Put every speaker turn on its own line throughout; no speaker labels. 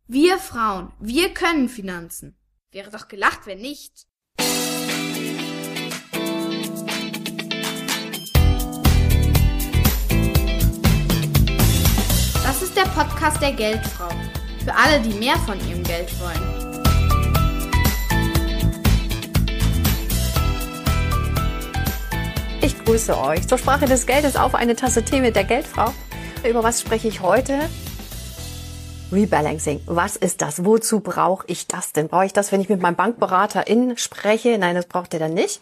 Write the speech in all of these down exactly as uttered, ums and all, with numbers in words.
Wir Frauen, wir können Finanzen. Wäre doch gelacht, wenn nicht. Das ist der Podcast der Geldfrau. Für alle, die mehr von ihrem Geld wollen.
Ich grüße euch zur Sprache des Geldes auf eine Tasse Tee mit der Geldfrau. Über was spreche ich heute? Rebalancing. Was ist das? Wozu brauche ich das denn? Brauche ich das, wenn ich mit meinem Bankberaterin spreche? Nein, das braucht ihr dann nicht.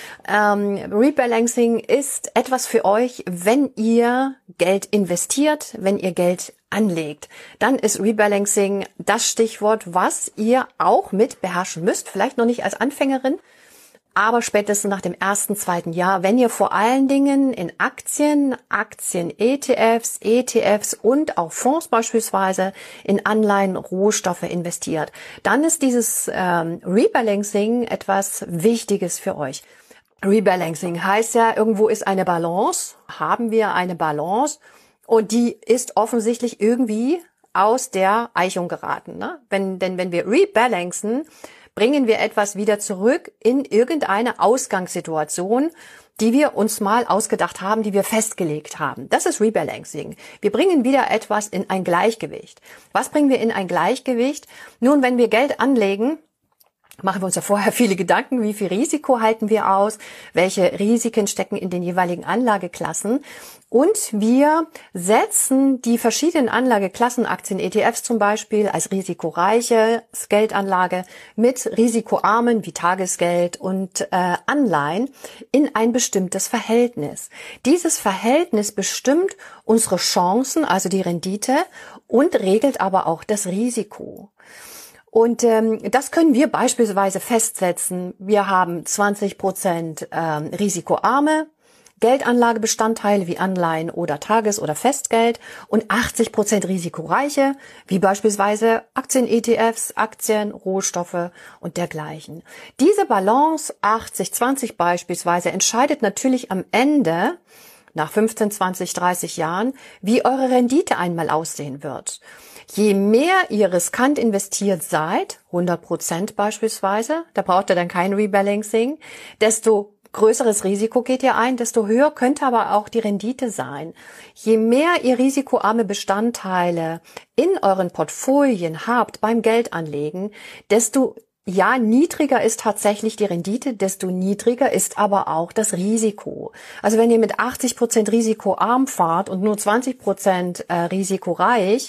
Ähm, Rebalancing ist etwas für euch, wenn ihr Geld investiert, wenn ihr Geld anlegt. Dann ist Rebalancing das Stichwort, was ihr auch mit beherrschen müsst. Vielleicht noch nicht als Anfängerin, aber spätestens nach dem ersten, zweiten Jahr, wenn ihr vor allen Dingen in Aktien, Aktien-E T Fs, E T Fs und auch Fonds beispielsweise in Anleihen, Rohstoffe investiert, dann ist dieses ähm, Rebalancing etwas Wichtiges für euch. Rebalancing heißt ja, irgendwo ist eine Balance, haben wir eine Balance und die ist offensichtlich irgendwie aus der Eichung geraten. Ne? Wenn, denn wenn wir rebalancen, bringen wir etwas wieder zurück in irgendeine Ausgangssituation, die wir uns mal ausgedacht haben, die wir festgelegt haben. Das ist Rebalancing. Wir bringen wieder etwas in ein Gleichgewicht. Was bringen wir in ein Gleichgewicht? Nun, wenn wir Geld anlegen, machen wir uns ja vorher viele Gedanken, wie viel Risiko halten wir aus, welche Risiken stecken in den jeweiligen Anlageklassen. Und wir setzen die verschiedenen Anlageklassen, Aktien, E T Fs zum Beispiel, als risikoreiche Geldanlage mit risikoarmen wie Tagesgeld und äh, Anleihen in ein bestimmtes Verhältnis. Dieses Verhältnis bestimmt unsere Chancen, also die Rendite, und regelt aber auch das Risiko. Und ähm, das können wir beispielsweise festsetzen. Wir haben zwanzig Prozent ähm, risikoarme Geldanlagebestandteile wie Anleihen oder Tages- oder Festgeld und achtzig Prozent risikoreiche, wie beispielsweise Aktien-E T Fs, Aktien, Rohstoffe und dergleichen. Diese Balance achtzig zwanzig beispielsweise entscheidet natürlich am Ende, nach fünfzehn, zwanzig, dreißig Jahren, wie eure Rendite einmal aussehen wird. Je mehr ihr riskant investiert seid, hundert Prozent beispielsweise, da braucht ihr dann kein Rebalancing, desto größeres Risiko geht ihr ein, desto höher könnte aber auch die Rendite sein. Je mehr ihr risikoarme Bestandteile in euren Portfolien habt beim Geldanlegen, desto ja, niedriger ist tatsächlich die Rendite, desto niedriger ist aber auch das Risiko. Also wenn ihr mit achtzig Prozent risikoarm fahrt und nur zwanzig Prozent äh, risikoreich,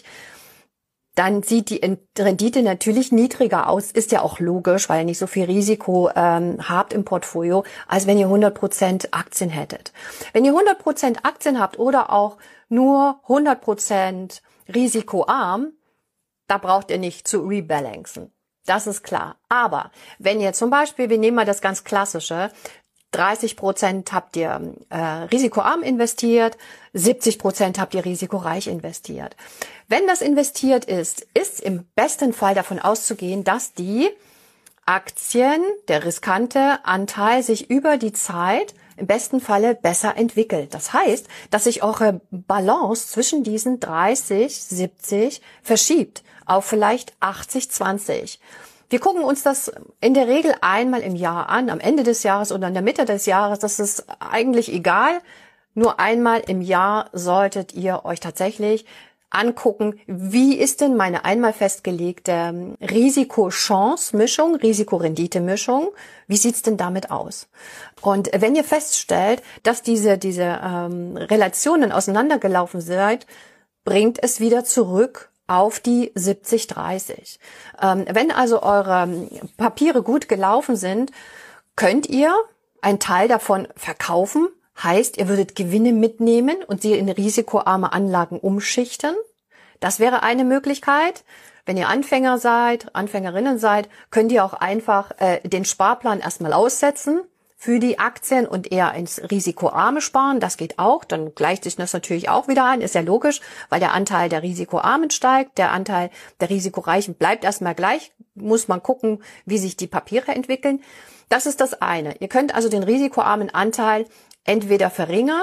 dann sieht die Rendite natürlich niedriger aus. Ist ja auch logisch, weil ihr nicht so viel Risiko ähm, habt im Portfolio, als wenn ihr hundert Prozent Aktien hättet. Wenn ihr hundert Prozent Aktien habt oder auch nur hundert Prozent risikoarm, da braucht ihr nicht zu rebalancen. Das ist klar. Aber wenn ihr zum Beispiel, wir nehmen mal das ganz Klassische, dreißig Prozent habt ihr äh, risikoarm investiert, siebzig Prozent habt ihr risikoreich investiert. Wenn das investiert ist, ist im besten Fall davon auszugehen, dass die Aktien, der riskante Anteil sich über die Zeit im besten Falle besser entwickelt. Das heißt, dass sich eure Balance zwischen diesen dreißig, siebzig verschiebt auf vielleicht achtzig, zwanzig. Wir gucken uns das in der Regel einmal im Jahr an, am Ende des Jahres oder in der Mitte des Jahres. Das ist eigentlich egal. Nur einmal im Jahr solltet ihr euch tatsächlich angucken, wie ist denn meine einmal festgelegte Risiko-Chance-Mischung, Risiko-Rendite-Mischung, wie sieht's denn damit aus? Und wenn ihr feststellt, dass diese diese ähm, Relationen auseinandergelaufen sind, bringt es wieder zurück auf die siebzig dreißig. Ähm, wenn also eure Papiere gut gelaufen sind, könnt ihr einen Teil davon verkaufen. Heißt, ihr würdet Gewinne mitnehmen und sie in risikoarme Anlagen umschichten. Das wäre eine Möglichkeit. Wenn ihr Anfänger seid, Anfängerinnen seid, könnt ihr auch einfach äh, den Sparplan erstmal aussetzen für die Aktien und eher ins risikoarme sparen. Das geht auch. Dann gleicht sich das natürlich auch wieder an. Ist ja logisch, weil der Anteil der risikoarmen steigt. Der Anteil der risikoreichen bleibt erstmal gleich. Muss man gucken, wie sich die Papiere entwickeln. Das ist das eine. Ihr könnt also den risikoarmen Anteil entweder verringern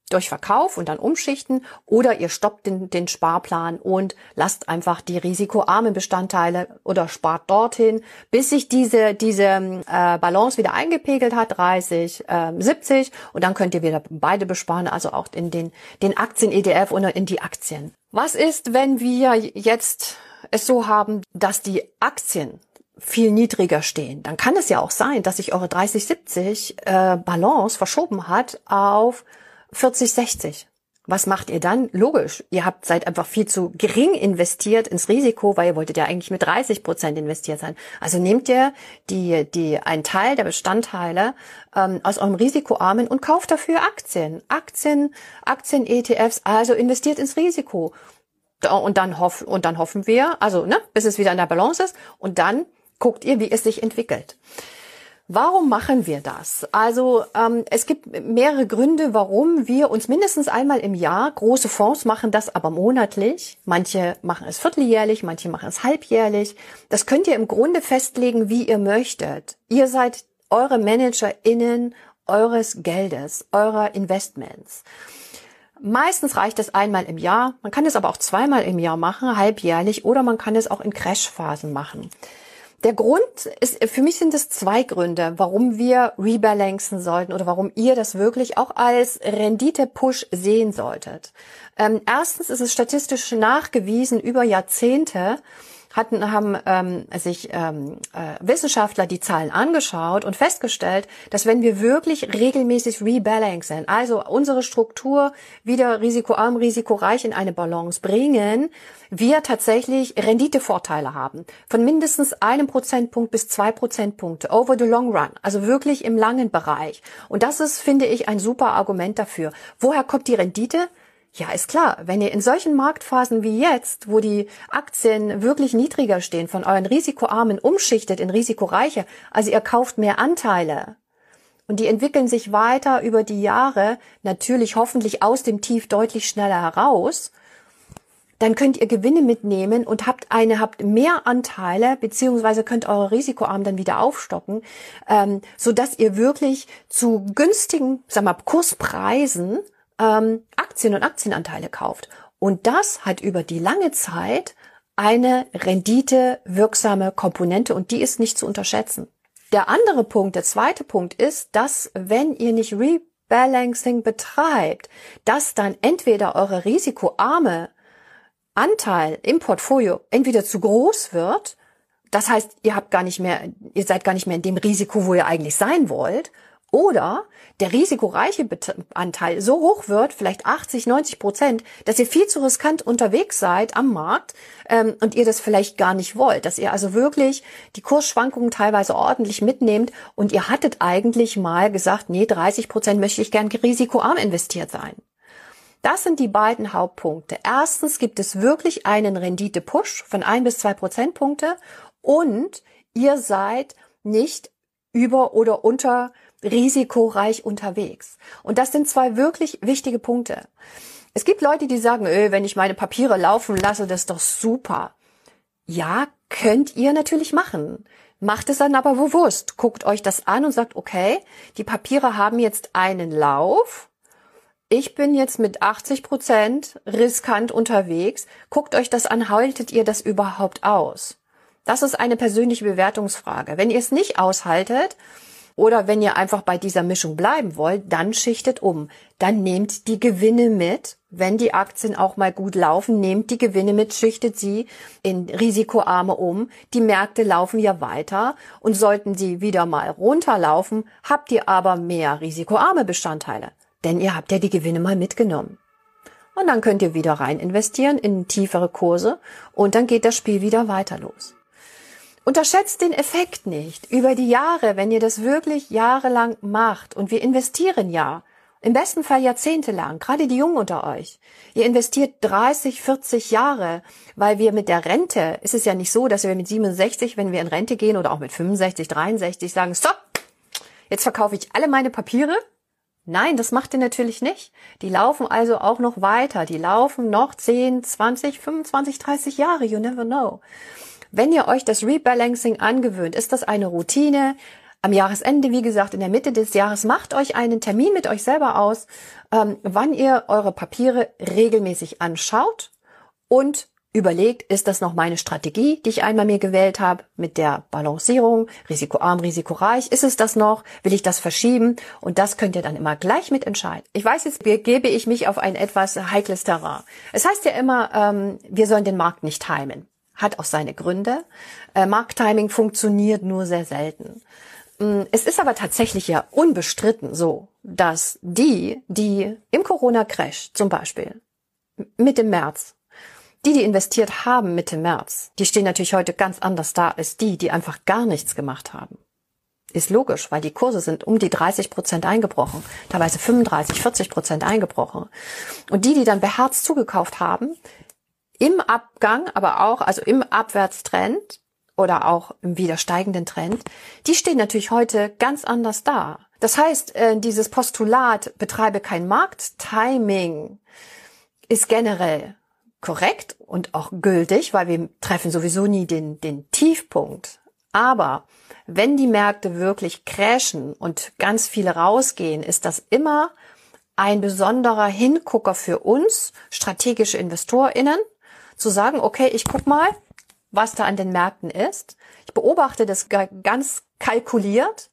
durch Verkauf und dann umschichten, oder ihr stoppt den, den Sparplan und lasst einfach die risikoarmen Bestandteile oder spart dorthin, bis sich diese diese äh, Balance wieder eingepegelt hat, dreißig, äh, siebzig, und dann könnt ihr wieder beide besparen, also auch in den den Aktien-E T F oder in die Aktien. Was ist, wenn wir jetzt es so haben, dass die Aktien viel niedriger stehen? Dann kann es ja auch sein, dass sich eure dreißig siebzig äh, Balance verschoben hat auf vierzig sechzig. Was macht ihr dann? Logisch, ihr habt seid einfach viel zu gering investiert ins Risiko, weil ihr wolltet ja eigentlich mit dreißig Prozent investiert sein. Also nehmt ihr die die einen Teil der Bestandteile ähm, aus eurem Risikoarmen und kauft dafür Aktien, Aktien, Aktien-E T Fs. Also investiert ins Risiko und dann hoff, und dann hoffen wir, also ne, bis es wieder in der Balance ist, und dann guckt ihr, wie es sich entwickelt. Warum machen wir das? Also ähm, es gibt mehrere Gründe, warum wir uns mindestens einmal im Jahr, große Fonds machen das aber monatlich, manche machen es vierteljährlich, manche machen es halbjährlich. Das könnt ihr im Grunde festlegen, wie ihr möchtet. Ihr seid eure ManagerInnen eures Geldes, eurer Investments. Meistens reicht es einmal im Jahr, man kann es aber auch zweimal im Jahr machen, halbjährlich, oder man kann es auch in Crashphasen machen. Der Grund ist, für mich sind es zwei Gründe, warum wir rebalancen sollten oder warum ihr das wirklich auch als Rendite-Push sehen solltet. Ähm, erstens ist es statistisch nachgewiesen, über Jahrzehnte hatten, haben ähm, sich ähm, äh, Wissenschaftler die Zahlen angeschaut und festgestellt, dass wenn wir wirklich regelmäßig rebalancen, also unsere Struktur wieder risikoarm, risikoreich in eine Balance bringen, wir tatsächlich Renditevorteile haben. Von mindestens einem Prozentpunkt bis zwei Prozentpunkte over the long run. Also wirklich im langen Bereich. Und das ist, finde ich, ein super Argument dafür. Woher kommt die Rendite? Ja, ist klar, wenn ihr in solchen Marktphasen wie jetzt, wo die Aktien wirklich niedriger stehen, von euren risikoarmen umschichtet in risikoreiche, also ihr kauft mehr Anteile und die entwickeln sich weiter über die Jahre, natürlich hoffentlich aus dem Tief deutlich schneller heraus, dann könnt ihr Gewinne mitnehmen und habt eine, habt mehr Anteile, beziehungsweise könnt eure Risikoarm dann wieder aufstocken, ähm, so dass ihr wirklich zu günstigen, sag mal, Kurspreisen ähm, Aktien und Aktienanteile kauft. Und das hat über die lange Zeit eine renditewirksame Komponente, und die ist nicht zu unterschätzen. Der andere Punkt, der zweite Punkt ist, dass wenn ihr nicht Rebalancing betreibt, dass dann entweder eure risikoarme Anteil im Portfolio entweder zu groß wird, das heißt, ihr habt gar nicht mehr, ihr seid gar nicht mehr in dem Risiko, wo ihr eigentlich sein wollt, oder der risikoreiche Anteil so hoch wird, vielleicht achtzig, neunzig Prozent, dass ihr viel zu riskant unterwegs seid am Markt ähm, und ihr das vielleicht gar nicht wollt, dass ihr also wirklich die Kursschwankungen teilweise ordentlich mitnehmt und ihr hattet eigentlich mal gesagt, nee, dreißig Prozent möchte ich gern risikoarm investiert sein. Das sind die beiden Hauptpunkte. Erstens gibt es wirklich einen Rendite-Push von ein bis zwei Prozentpunkte und ihr seid nicht über oder unter risikoreich unterwegs. Und das sind zwei wirklich wichtige Punkte. Es gibt Leute, die sagen, öh, wenn ich meine Papiere laufen lasse, das ist doch super. Ja, könnt ihr natürlich machen. Macht es dann aber bewusst. Guckt euch das an und sagt, okay, die Papiere haben jetzt einen Lauf. Ich bin jetzt mit achtzig Prozent riskant unterwegs. Guckt euch das an, haltet ihr das überhaupt aus? Das ist eine persönliche Bewertungsfrage. Wenn ihr es nicht aushaltet oder wenn ihr einfach bei dieser Mischung bleiben wollt, dann schichtet um. Dann nehmt die Gewinne mit. Wenn die Aktien auch mal gut laufen, nehmt die Gewinne mit, schichtet sie in risikoarme um. Die Märkte laufen ja weiter und sollten sie wieder mal runterlaufen, habt ihr aber mehr risikoarme Bestandteile. Denn ihr habt ja die Gewinne mal mitgenommen. Und dann könnt ihr wieder rein investieren in tiefere Kurse und dann geht das Spiel wieder weiter los. Unterschätzt den Effekt nicht. Über die Jahre, wenn ihr das wirklich jahrelang macht, und wir investieren ja, im besten Fall jahrzehntelang, gerade die Jungen unter euch. Ihr investiert dreißig, vierzig Jahre, weil wir mit der Rente, ist es ja nicht so, dass wir mit siebenundsechzig, wenn wir in Rente gehen oder auch mit fünfundsechzig, dreiundsechzig sagen, stopp, jetzt verkaufe ich alle meine Papiere. Nein, das macht ihr natürlich nicht. Die laufen also auch noch weiter. Die laufen noch zehn, zwanzig, fünfundzwanzig, dreißig Jahre. You never know. Wenn ihr euch das Rebalancing angewöhnt, ist das eine Routine. am Jahresende, wie gesagt, in der Mitte des Jahres, macht euch einen Termin mit euch selber aus, ähm, wann ihr eure Papiere regelmäßig anschaut und überlegt, ist das noch meine Strategie, die ich einmal mir gewählt habe, mit der Balancierung, risikoarm, risikoreich, ist es das noch, will ich das verschieben? Und das könnt ihr dann immer gleich mitentscheiden. Ich weiß, jetzt begebe ich mich auf ein etwas heikles Terrain. Es heißt ja immer, ähm, wir sollen den Markt nicht timen. Hat auch seine Gründe. Äh, Markttiming funktioniert nur sehr selten. Es ist aber tatsächlich ja unbestritten so, dass die, die im Corona-Crash zum Beispiel Mitte März, die, die investiert haben Mitte März, die stehen natürlich heute ganz anders da als die, die einfach gar nichts gemacht haben. Ist logisch, weil die Kurse sind um die dreißig Prozent eingebrochen, teilweise fünfunddreißig, vierzig Prozent eingebrochen. Und die, die dann beherzt zugekauft haben, im Abgang, aber auch, also im Abwärtstrend oder auch im wieder steigenden Trend, die stehen natürlich heute ganz anders da. Das heißt, dieses Postulat, betreibe kein Markttiming, ist generell korrekt und auch gültig, weil wir treffen sowieso nie den, den Tiefpunkt. Aber wenn die Märkte wirklich crashen und ganz viele rausgehen, ist das immer ein besonderer Hingucker für uns, strategische InvestorInnen, zu sagen, okay, ich guck mal, was da an den Märkten ist. Ich beobachte das ganz kalkuliert.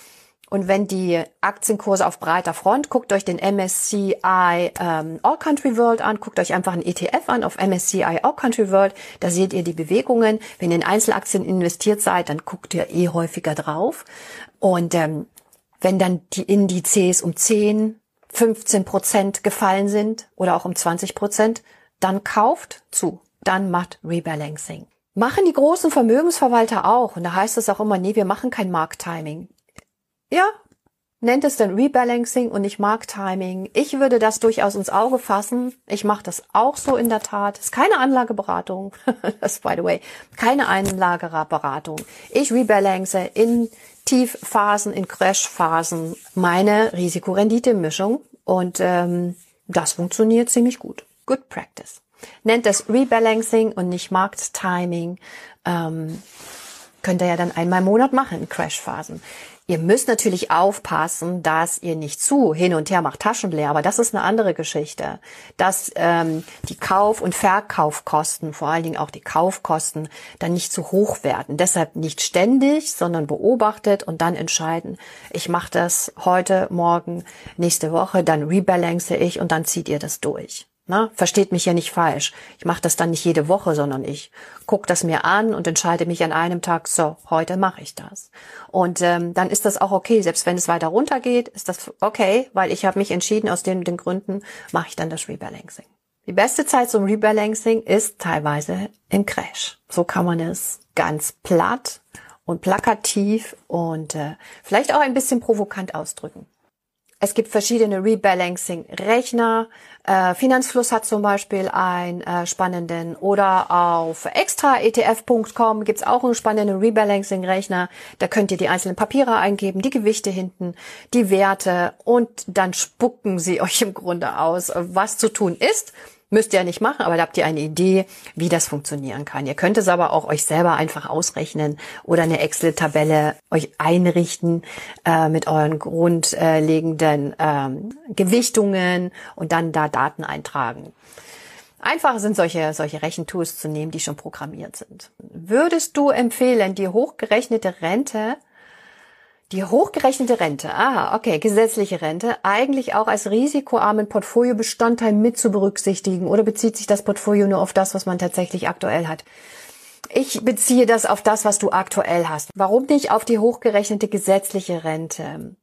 Und wenn die Aktienkurse auf breiter Front, guckt euch den M S C I ähm, All Country World an, guckt euch einfach einen E T F an auf M S C I All Country World, da seht ihr die Bewegungen. Wenn ihr in Einzelaktien investiert seid, dann guckt ihr eh häufiger drauf. Und ähm, wenn dann die Indizes um zehn, fünfzehn Prozent gefallen sind oder auch um zwanzig Prozent, dann kauft zu, dann macht Rebalancing. Machen die großen Vermögensverwalter auch. Und da heißt es auch immer, nee, wir machen kein Markttiming. Ja, nennt es dann Rebalancing und nicht Markttiming. Ich würde das durchaus ins Auge fassen. Ich mache das auch so in der Tat. Das ist keine Anlageberatung. Das ist, by the way, keine Anlageberatung. Ich rebalance in Tiefphasen, in Crashphasen meine Risikorendite-Mischung. Und ähm, das funktioniert ziemlich gut. Good practice. Nennt das Rebalancing und nicht Markttiming. Ähm, könnt ihr ja dann einmal im Monat machen in Crashphasen. Ihr müsst natürlich aufpassen, dass ihr nicht zu hin und her macht, Taschen leer, aber das ist eine andere Geschichte. Dass ähm, die Kauf- und Verkaufkosten, vor allen Dingen auch die Kaufkosten, dann nicht zu hoch werden. Deshalb nicht ständig, sondern beobachtet und dann entscheiden, ich mache das heute, morgen, nächste Woche, dann rebalance ich und dann zieht ihr das durch. Na, versteht mich ja nicht falsch. Ich mache das dann nicht jede Woche, sondern ich gucke das mir an und entscheide mich an einem Tag, so, heute mache ich das. Und ähm, dann ist das auch okay. Selbst wenn es weiter runtergeht, ist das okay, weil ich habe mich entschieden, aus den, den Gründen mache ich dann das Rebalancing. Die beste Zeit zum Rebalancing ist teilweise im Crash. So kann man es ganz platt und plakativ und äh, vielleicht auch ein bisschen provokant ausdrücken. Es gibt verschiedene Rebalancing-Rechner. Äh, Finanzfluss hat zum Beispiel einen äh, spannenden. Oder auf extra E T F Punkt com gibt's auch einen spannenden Rebalancing-Rechner. Da könnt ihr die einzelnen Papiere eingeben, die Gewichte hinten, die Werte und dann spucken sie euch im Grunde aus, was zu tun ist. Müsst ihr ja nicht machen, aber da habt ihr eine Idee, wie das funktionieren kann. Ihr könnt es aber auch euch selber einfach ausrechnen oder eine Excel-Tabelle euch einrichten äh, mit euren grundlegenden ähm, Gewichtungen und dann da Daten eintragen. Einfach sind solche, solche Rechentools zu nehmen, die schon programmiert sind. Würdest du empfehlen, die hochgerechnete Rente Die hochgerechnete Rente, aha, okay, gesetzliche Rente, eigentlich auch als risikoarmen Portfoliobestandteil mit zu berücksichtigen oder bezieht sich das Portfolio nur auf das, was man tatsächlich aktuell hat? Ich beziehe das auf das, was du aktuell hast. Warum nicht auf die hochgerechnete gesetzliche Rente?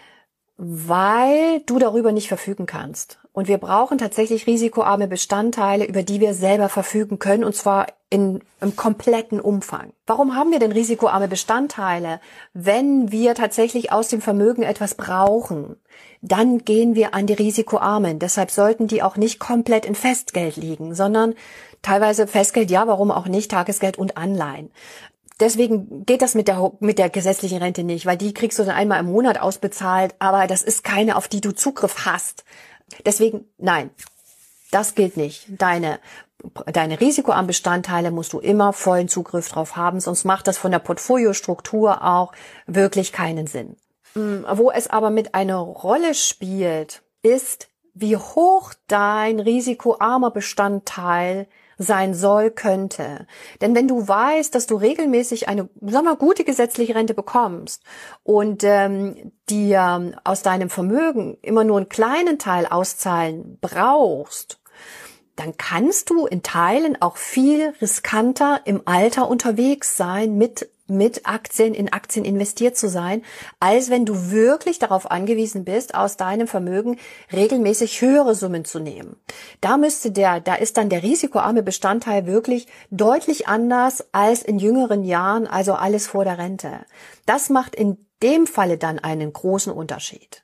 Weil du darüber nicht verfügen kannst. Und wir brauchen tatsächlich risikoarme Bestandteile, über die wir selber verfügen können, und zwar in, im kompletten Umfang. Warum haben wir denn risikoarme Bestandteile? Wenn wir tatsächlich aus dem Vermögen etwas brauchen, dann gehen wir an die risikoarmen. Deshalb sollten die auch nicht komplett in Festgeld liegen, sondern teilweise Festgeld, ja, warum auch nicht, Tagesgeld und Anleihen. Deswegen geht das mit der, mit der gesetzlichen Rente nicht, weil die kriegst du dann einmal im Monat ausbezahlt, aber das ist keine, auf die du Zugriff hast. Deswegen, nein, das gilt nicht. Deine deine risikoarmen Bestandteile musst du immer vollen Zugriff drauf haben, sonst macht das von der Portfoliostruktur auch wirklich keinen Sinn. Wo es aber mit einer Rolle spielt, ist, wie hoch dein risikoarmer Bestandteil sein soll, könnte. Denn wenn du weißt, dass du regelmäßig eine, sag mal, gute gesetzliche Rente bekommst und ähm, die ähm, aus deinem Vermögen immer nur einen kleinen Teil auszahlen brauchst, dann kannst du in Teilen auch viel riskanter im Alter unterwegs sein, mit mit Aktien, in Aktien investiert zu sein, als wenn du wirklich darauf angewiesen bist, aus deinem Vermögen regelmäßig höhere Summen zu nehmen. Da müsste der, da ist dann der risikoarme Bestandteil wirklich deutlich anders als in jüngeren Jahren, also alles vor der Rente. Das macht in dem Falle dann einen großen Unterschied.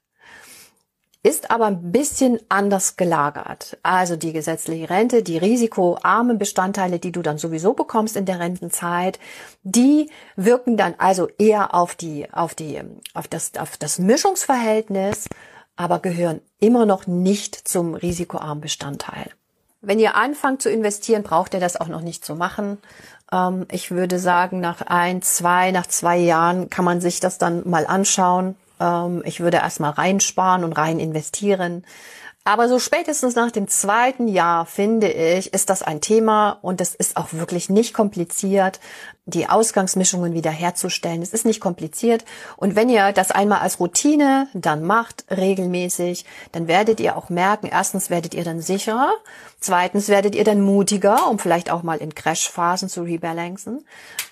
Ist aber ein bisschen anders gelagert. Also die gesetzliche Rente, die risikoarmen Bestandteile, die du dann sowieso bekommst in der Rentenzeit, die wirken dann also eher auf die, auf die, auf das, auf das Mischungsverhältnis, aber gehören immer noch nicht zum risikoarmen Bestandteil. Wenn ihr anfangt zu investieren, braucht ihr das auch noch nicht zu machen. Ähm, ich würde sagen, nach ein, zwei, nach zwei Jahren kann man sich das dann mal anschauen. Ich würde erstmal reinsparen und rein investieren. Aber so spätestens nach dem zweiten Jahr, finde ich, ist das ein Thema und es ist auch wirklich nicht kompliziert, die Ausgangsmischungen wieder herzustellen. Es ist nicht kompliziert und wenn ihr das einmal als Routine dann macht, regelmäßig, dann werdet ihr auch merken, erstens werdet ihr dann sicherer, zweitens werdet ihr dann mutiger, um vielleicht auch mal in Crashphasen zu rebalancen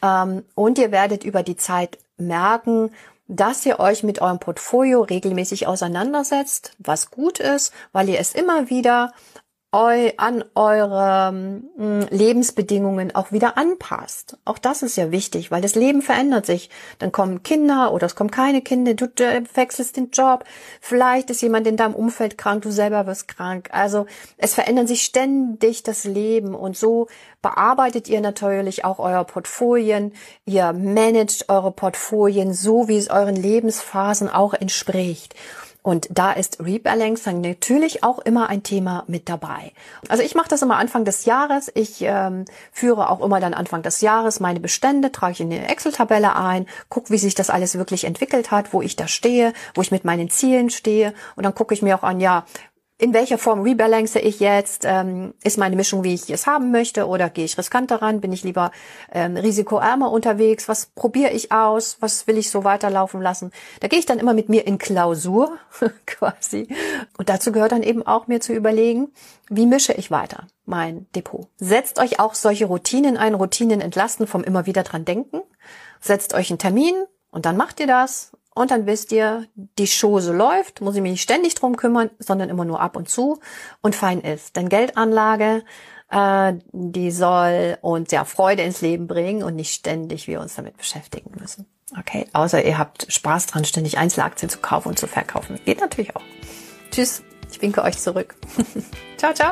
und ihr werdet über die Zeit merken, dass ihr euch mit eurem Portfolio regelmäßig auseinandersetzt, was gut ist, weil ihr es immer wieder eu, an eure mh, Lebensbedingungen auch wieder anpasst. Auch das ist ja wichtig, weil das Leben verändert sich. Dann kommen Kinder oder es kommen keine Kinder, du, du wechselst den Job, vielleicht ist jemand in deinem Umfeld krank, du selber wirst krank. Also es verändert sich ständig das Leben und so bearbeitet ihr natürlich auch euer Portfolien. Ihr managt eure Portfolien so, wie es euren Lebensphasen auch entspricht. Und da ist Rebalancing natürlich auch immer ein Thema mit dabei. Also ich mache das immer Anfang des Jahres. Ich ähm, führe auch immer dann Anfang des Jahres meine Bestände, trage ich in eine Excel-Tabelle ein, gucke, wie sich das alles wirklich entwickelt hat, wo ich da stehe, wo ich mit meinen Zielen stehe. Und dann gucke ich mir auch an, ja, in welcher Form rebalance ich jetzt? Ähm, ist meine Mischung, wie ich es haben möchte? Oder gehe ich riskanter ran? Bin ich lieber ähm, risikoärmer unterwegs? Was probiere ich aus? Was will ich so weiterlaufen lassen? Da gehe ich dann immer mit mir in Klausur quasi. Und dazu gehört dann eben auch mir zu überlegen, wie mische ich weiter mein Depot? Setzt euch auch solche Routinen ein. Routinen entlasten vom immer wieder dran denken. Setzt euch einen Termin und dann macht ihr das. Und dann wisst ihr, die Chose läuft, muss ich mich nicht ständig drum kümmern, sondern immer nur ab und zu und fein ist. Denn Geldanlage, äh, die soll uns ja Freude ins Leben bringen und nicht ständig wir uns damit beschäftigen müssen. Okay, außer ihr habt Spaß dran, ständig Einzelaktien zu kaufen und zu verkaufen. Geht natürlich auch. Tschüss, ich winke euch zurück. Ciao, ciao.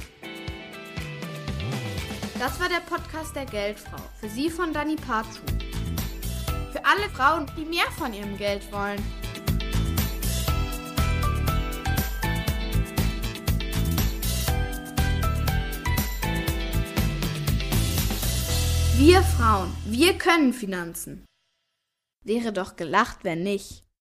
Das war der Podcast der Geldfrau. Für Sie von Dani Parzu. Für alle Frauen, die mehr von ihrem Geld wollen. Wir Frauen, wir können Finanzen. Wäre doch gelacht, wenn nicht.